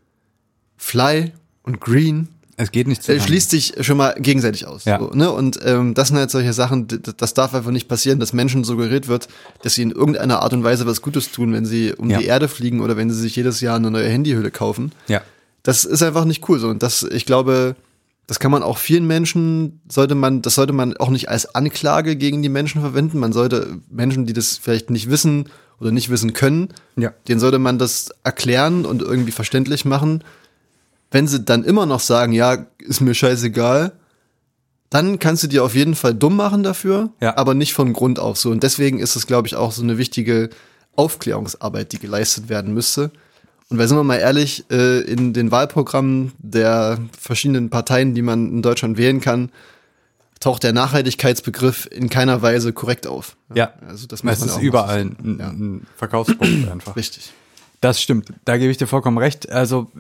Fly und Green es geht nicht zusammen. Schließt sich schon mal gegenseitig aus. Ja. So, ne? Und das sind halt solche Sachen, das darf einfach nicht passieren, dass Menschen suggeriert wird, dass sie in irgendeiner Art und Weise was Gutes tun, wenn sie um die Erde fliegen oder wenn sie sich jedes Jahr eine neue Handyhülle kaufen. Ja. Das ist einfach nicht cool. So. Und ich glaube, das kann man auch vielen Menschen, das sollte man auch nicht als Anklage gegen die Menschen verwenden. Man sollte Menschen, die das vielleicht nicht wissen oder nicht wissen können, denen sollte man das erklären und irgendwie verständlich machen. Wenn sie dann immer noch sagen, ja, ist mir scheißegal, dann kannst du dir auf jeden Fall dumm machen dafür, aber nicht von Grund auf so. Und deswegen ist es, glaube ich, auch so eine wichtige Aufklärungsarbeit, die geleistet werden müsste. Und weil, sind wir mal ehrlich, in den Wahlprogrammen der verschiedenen Parteien, die man in Deutschland wählen kann, taucht der Nachhaltigkeitsbegriff in keiner Weise korrekt auf. Ja, also das ist überall ein Verkaufspunkt einfach. Richtig. Das stimmt, da gebe ich dir vollkommen recht. Also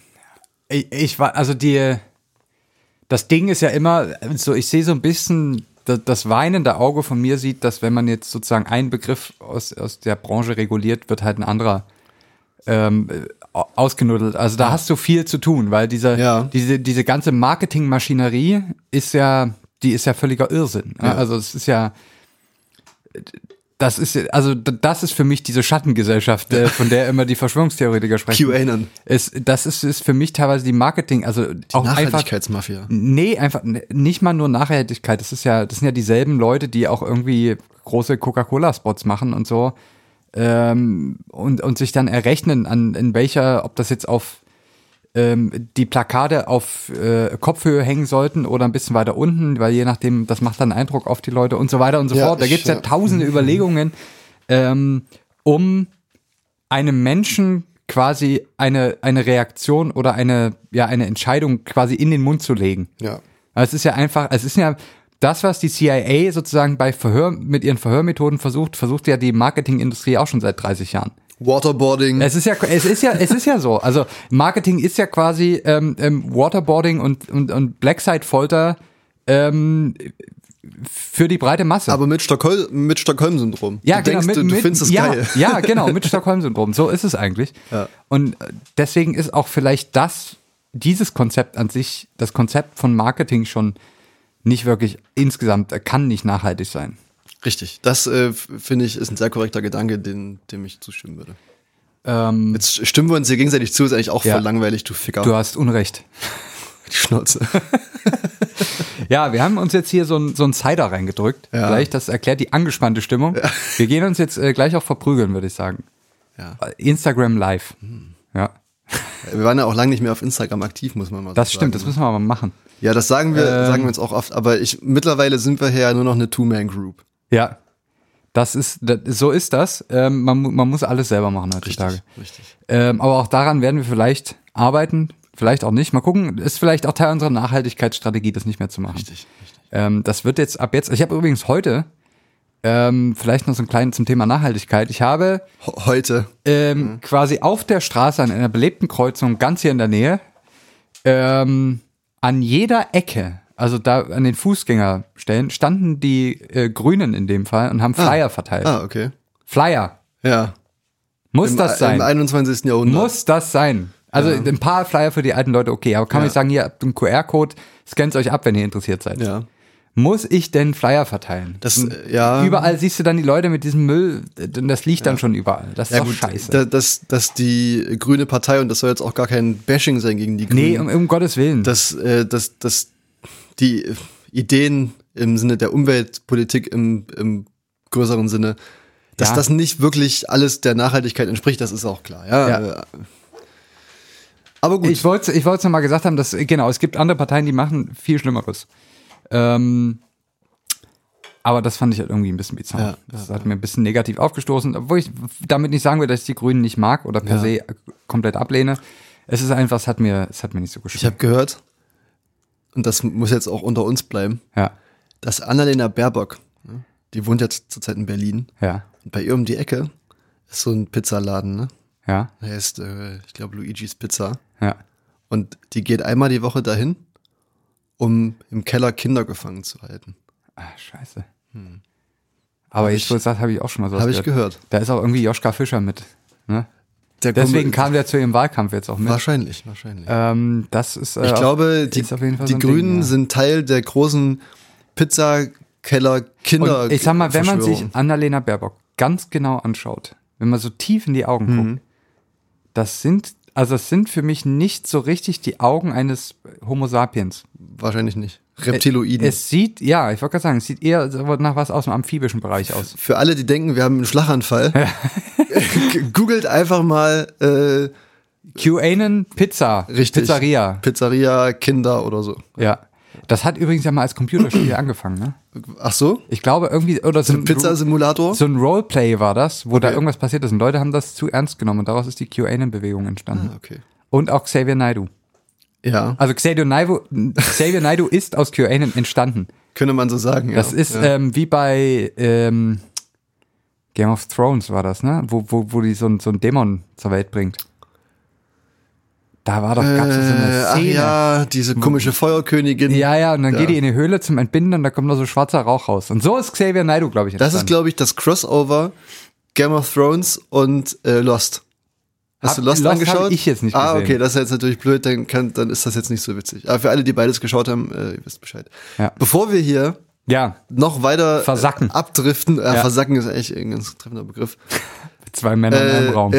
das Ding ist ja immer, so ich sehe so ein bisschen, das weinende Auge von mir sieht, dass wenn man jetzt sozusagen einen Begriff aus der Branche reguliert, wird halt ein anderer ausgenuddelt. Also da hast du viel zu tun, weil diese ganze Marketingmaschinerie ist ja völliger Irrsinn. Ja. Also es ist ja das ist für mich diese Schattengesellschaft, von der immer die Verschwörungstheoretiker sprechen. QAnon. Das ist für mich teilweise die Marketing, also die auch Nachhaltigkeitsmafia. Einfach nicht mal nur Nachhaltigkeit. Das sind ja dieselben Leute, die auch irgendwie große Coca-Cola-Spots machen und so und sich dann errechnen ob das jetzt auf die Plakate auf Kopfhöhe hängen sollten oder ein bisschen weiter unten, weil je nachdem, das macht dann Eindruck auf die Leute und so weiter und so fort. Da gibt's ja tausende Überlegungen, um einem Menschen quasi eine Reaktion oder eine Entscheidung quasi in den Mund zu legen. Ja. Es ist ja das, was die CIA sozusagen mit ihren Verhörmethoden versucht ja die Marketingindustrie auch schon seit 30 Jahren. Waterboarding. Es ist ja so. Also Marketing ist ja quasi Waterboarding und Blackside-Folter für die breite Masse. Aber mit Stockholm-Syndrom. Ja, du genau. Du findest es geil. Ja, genau, mit Stockholm-Syndrom. So ist es eigentlich. Ja. Und deswegen ist auch vielleicht dieses Konzept an sich, das Konzept von Marketing schon nicht wirklich insgesamt, kann nicht nachhaltig sein. Richtig. Das, finde ich, ist ein sehr korrekter Gedanke, dem ich zustimmen würde. Jetzt stimmen wir uns hier gegenseitig zu, ist eigentlich auch voll langweilig, du Ficker. Du hast Unrecht. Die Schnauze. Ja, wir haben uns jetzt hier so ein Cider reingedrückt. Ja. Vielleicht, das erklärt die angespannte Stimmung. Ja. Wir gehen uns jetzt gleich auch verprügeln, würde ich sagen. Ja. Instagram Live. Ja. Wir waren ja auch lange nicht mehr auf Instagram aktiv, muss man mal sagen. Das stimmt, das müssen wir mal machen. Ja, das sagen wir uns auch oft, aber mittlerweile sind wir ja nur noch eine Two-Man-Group. Ja. So ist das. Man muss alles selber machen heutzutage. Richtig. Aber auch daran werden wir vielleicht arbeiten, vielleicht auch nicht. Mal gucken, ist vielleicht auch Teil unserer Nachhaltigkeitsstrategie, das nicht mehr zu machen. Richtig. Das wird jetzt ab jetzt, ich habe übrigens heute, vielleicht noch so ein kleines zum Thema Nachhaltigkeit. Ich habe Heute. quasi auf der Straße an einer belebten Kreuzung, ganz hier in der Nähe, an jeder Ecke, also da an den Fußgängerstellen, standen die Grünen in dem Fall und haben Flyer verteilt. Okay. Flyer. Ja. Muss das sein? Im 21. Jahrhundert. Muss das sein? Also ein paar Flyer für die alten Leute, okay, aber kann man nicht sagen, hier habt einen QR-Code, scannt euch ab, wenn ihr interessiert seid. Ja. Muss ich denn Flyer verteilen? Überall siehst du dann die Leute mit diesem Müll, das liegt dann schon überall. Das ist doch scheiße. Dass die grüne Partei, und das soll jetzt auch gar kein Bashing sein gegen die Grünen. Nee, um Gottes Willen. Dass die Ideen im Sinne der Umweltpolitik im größeren Sinne, dass das nicht wirklich alles der Nachhaltigkeit entspricht, das ist auch klar. Ja. Aber gut. Ich wollte es nochmal gesagt haben, dass, genau, es gibt andere Parteien, die machen viel Schlimmeres. Aber das fand ich halt irgendwie ein bisschen bizarr. Das hat mir ein bisschen negativ aufgestoßen, obwohl ich damit nicht sagen will, dass ich die Grünen nicht mag oder per se komplett ablehne. Es ist einfach, es hat mir nicht so geschmeckt. Ich habe gehört, und das muss jetzt auch unter uns bleiben, dass Annalena Baerbock, die wohnt jetzt zurzeit in Berlin, und bei ihr um die Ecke ist so ein Pizzaladen, ne? Ja. Der heißt, ich glaube, Luigi's Pizza. Ja. Und die geht einmal die Woche dahin, um im Keller Kinder gefangen zu halten. Ah, scheiße. Aber jetzt, wo du sagst, habe ich auch schon mal sowas gehört. Da ist auch irgendwie Joschka Fischer mit. Ne? Deswegen kam der zu ihrem Wahlkampf jetzt auch mit. Wahrscheinlich. Das ist, ich glaube, ist auf jeden Fall die so ein Grünen Ding, sind Teil der großen Pizzakeller-Kinder. Und ich sag mal, wenn man sich Annalena Baerbock ganz genau anschaut, wenn man so tief in die Augen guckt, das sind für mich nicht so richtig die Augen eines Homo sapiens. Wahrscheinlich nicht. Reptiloiden. Es sieht, ich wollte gerade sagen, es sieht eher nach was aus dem amphibischen Bereich aus. Für alle, die denken, wir haben einen Schlaganfall, googelt einfach mal QAnon Pizza. Richtig. Pizzeria, Kinder oder so. Ja. Das hat übrigens ja mal als Computerspiel angefangen, ne? Ach so? Ich glaube irgendwie, oder so ein Pizzasimulator? So ein Roleplay war das, wo da irgendwas passiert ist und Leute haben das zu ernst genommen und daraus ist die QAnon-Bewegung entstanden. Okay. Und auch Xavier Naidoo. Ja. Also Xavier Naidoo ist aus QAnon entstanden. Könnte man so sagen, ja. Das ist wie bei Game of Thrones war das, ne? Wo die so einen Dämon zur Welt bringt. Da war doch, gab's so eine Szene. Ach ja, diese komische Feuerkönigin. Ja, und dann geht die in die Höhle zum Entbinden und da kommt noch so schwarzer Rauch raus. Und so ist Xavier Naidoo, glaube ich, entstanden. Das ist, glaube ich, das Crossover Game of Thrones und Lost. Hast du Lost angeschaut? Hab ich jetzt nicht gesehen. Okay, das ist jetzt natürlich blöd, dann ist das jetzt nicht so witzig. Aber für alle, die beides geschaut haben, ihr wisst Bescheid. Ja. Bevor wir hier noch weiter versacken. Abdriften, versacken ist eigentlich ein ganz treffender Begriff. Mit zwei Männern in einem Raum. Ja.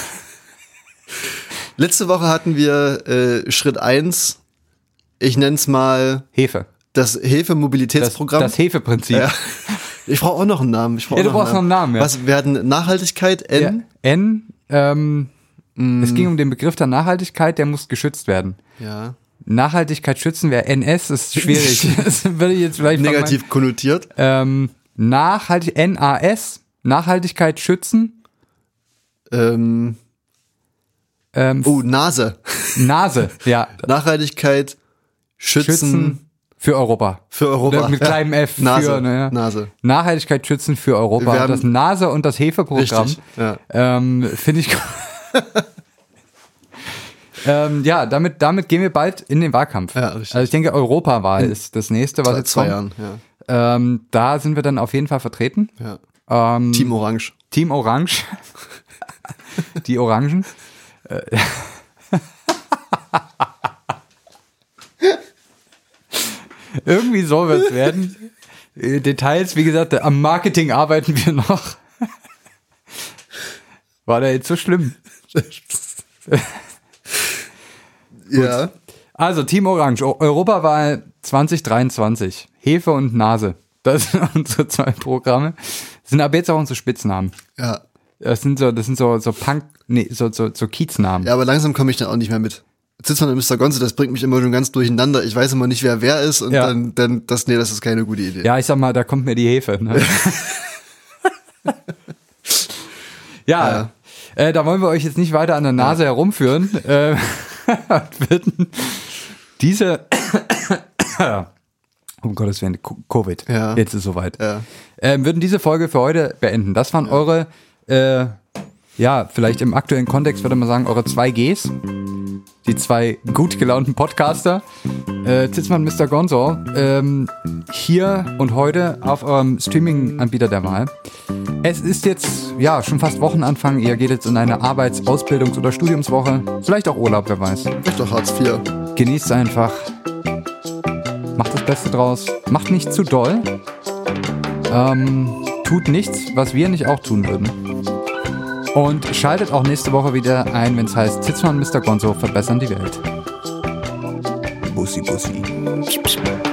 Letzte Woche hatten wir Schritt 1, ich nenne es mal Hefe. Das Hefe-Mobilitätsprogramm. Das Hefeprinzip. Ja. Ich brauche auch noch einen Namen. Du brauchst noch einen Namen, ja. Was werden Nachhaltigkeit? N? Ja. Es ging um den Begriff der Nachhaltigkeit, der muss geschützt werden. Ja. Nachhaltigkeit schützen wäre NS, ist schwierig. Das würde ich jetzt vielleicht negativ konnotiert. NAS, Nachhaltigkeit schützen. Nase. Nase, ja. Nachhaltigkeit schützen für Europa. Für Europa. Mit kleinem F. Nase. Für, ne, Nase. Nachhaltigkeit schützen für Europa. Das Nase- und das Hefeprogramm. Finde ich damit gehen wir bald in den Wahlkampf. Ja, richtig. Also ich denke, Europawahl ist das nächste, was jetzt kommt. 2 Jahren, da sind wir dann auf jeden Fall vertreten. Ja. Team Orange. Team Orange. Die Orangen. Irgendwie so wird es werden. Details, wie gesagt, am Marketing arbeiten wir noch. War der jetzt so schlimm? Ja. Also, Team Orange, Europawahl 2023. Hefe und Nase. Das sind unsere 2 Programme. Das sind ab jetzt auch unsere Spitznamen. Ja. Das sind so Punk, so Kieznamen. Ja, aber langsam komme ich dann auch nicht mehr mit. Jetzt sitzt man in Mr. Gonzo, das bringt mich immer schon ganz durcheinander. Ich weiß immer nicht, wer ist und dann das ist keine gute Idee. Ja, ich sag mal, da kommt mir die Hefe. Ne? Ja, da wollen wir euch jetzt nicht weiter an der Nase herumführen. Würden diese um Gottes Willen, Covid, jetzt ist soweit. Ja. Würden diese Folge für heute beenden. Das waren eure, vielleicht im aktuellen Kontext würde man sagen, eure 2 Gs. Die 2 gut gelaunten Podcaster. Zitzmann, Mr. Gonzo. Hier und heute auf eurem Streaming-Anbieter der Wahl. Es ist jetzt, schon fast Wochenanfang. Ihr geht jetzt in eine Arbeits-, Ausbildungs- oder Studiumswoche. Vielleicht auch Urlaub, wer weiß. Vielleicht auch Hartz IV. Genießt einfach. Macht das Beste draus. Macht nicht zu doll. Tut nichts, was wir nicht auch tun würden. Und schaltet auch nächste Woche wieder ein, wenn es heißt Zitzmann und Mr. Gonzo verbessern die Welt. Bussi, Bussi.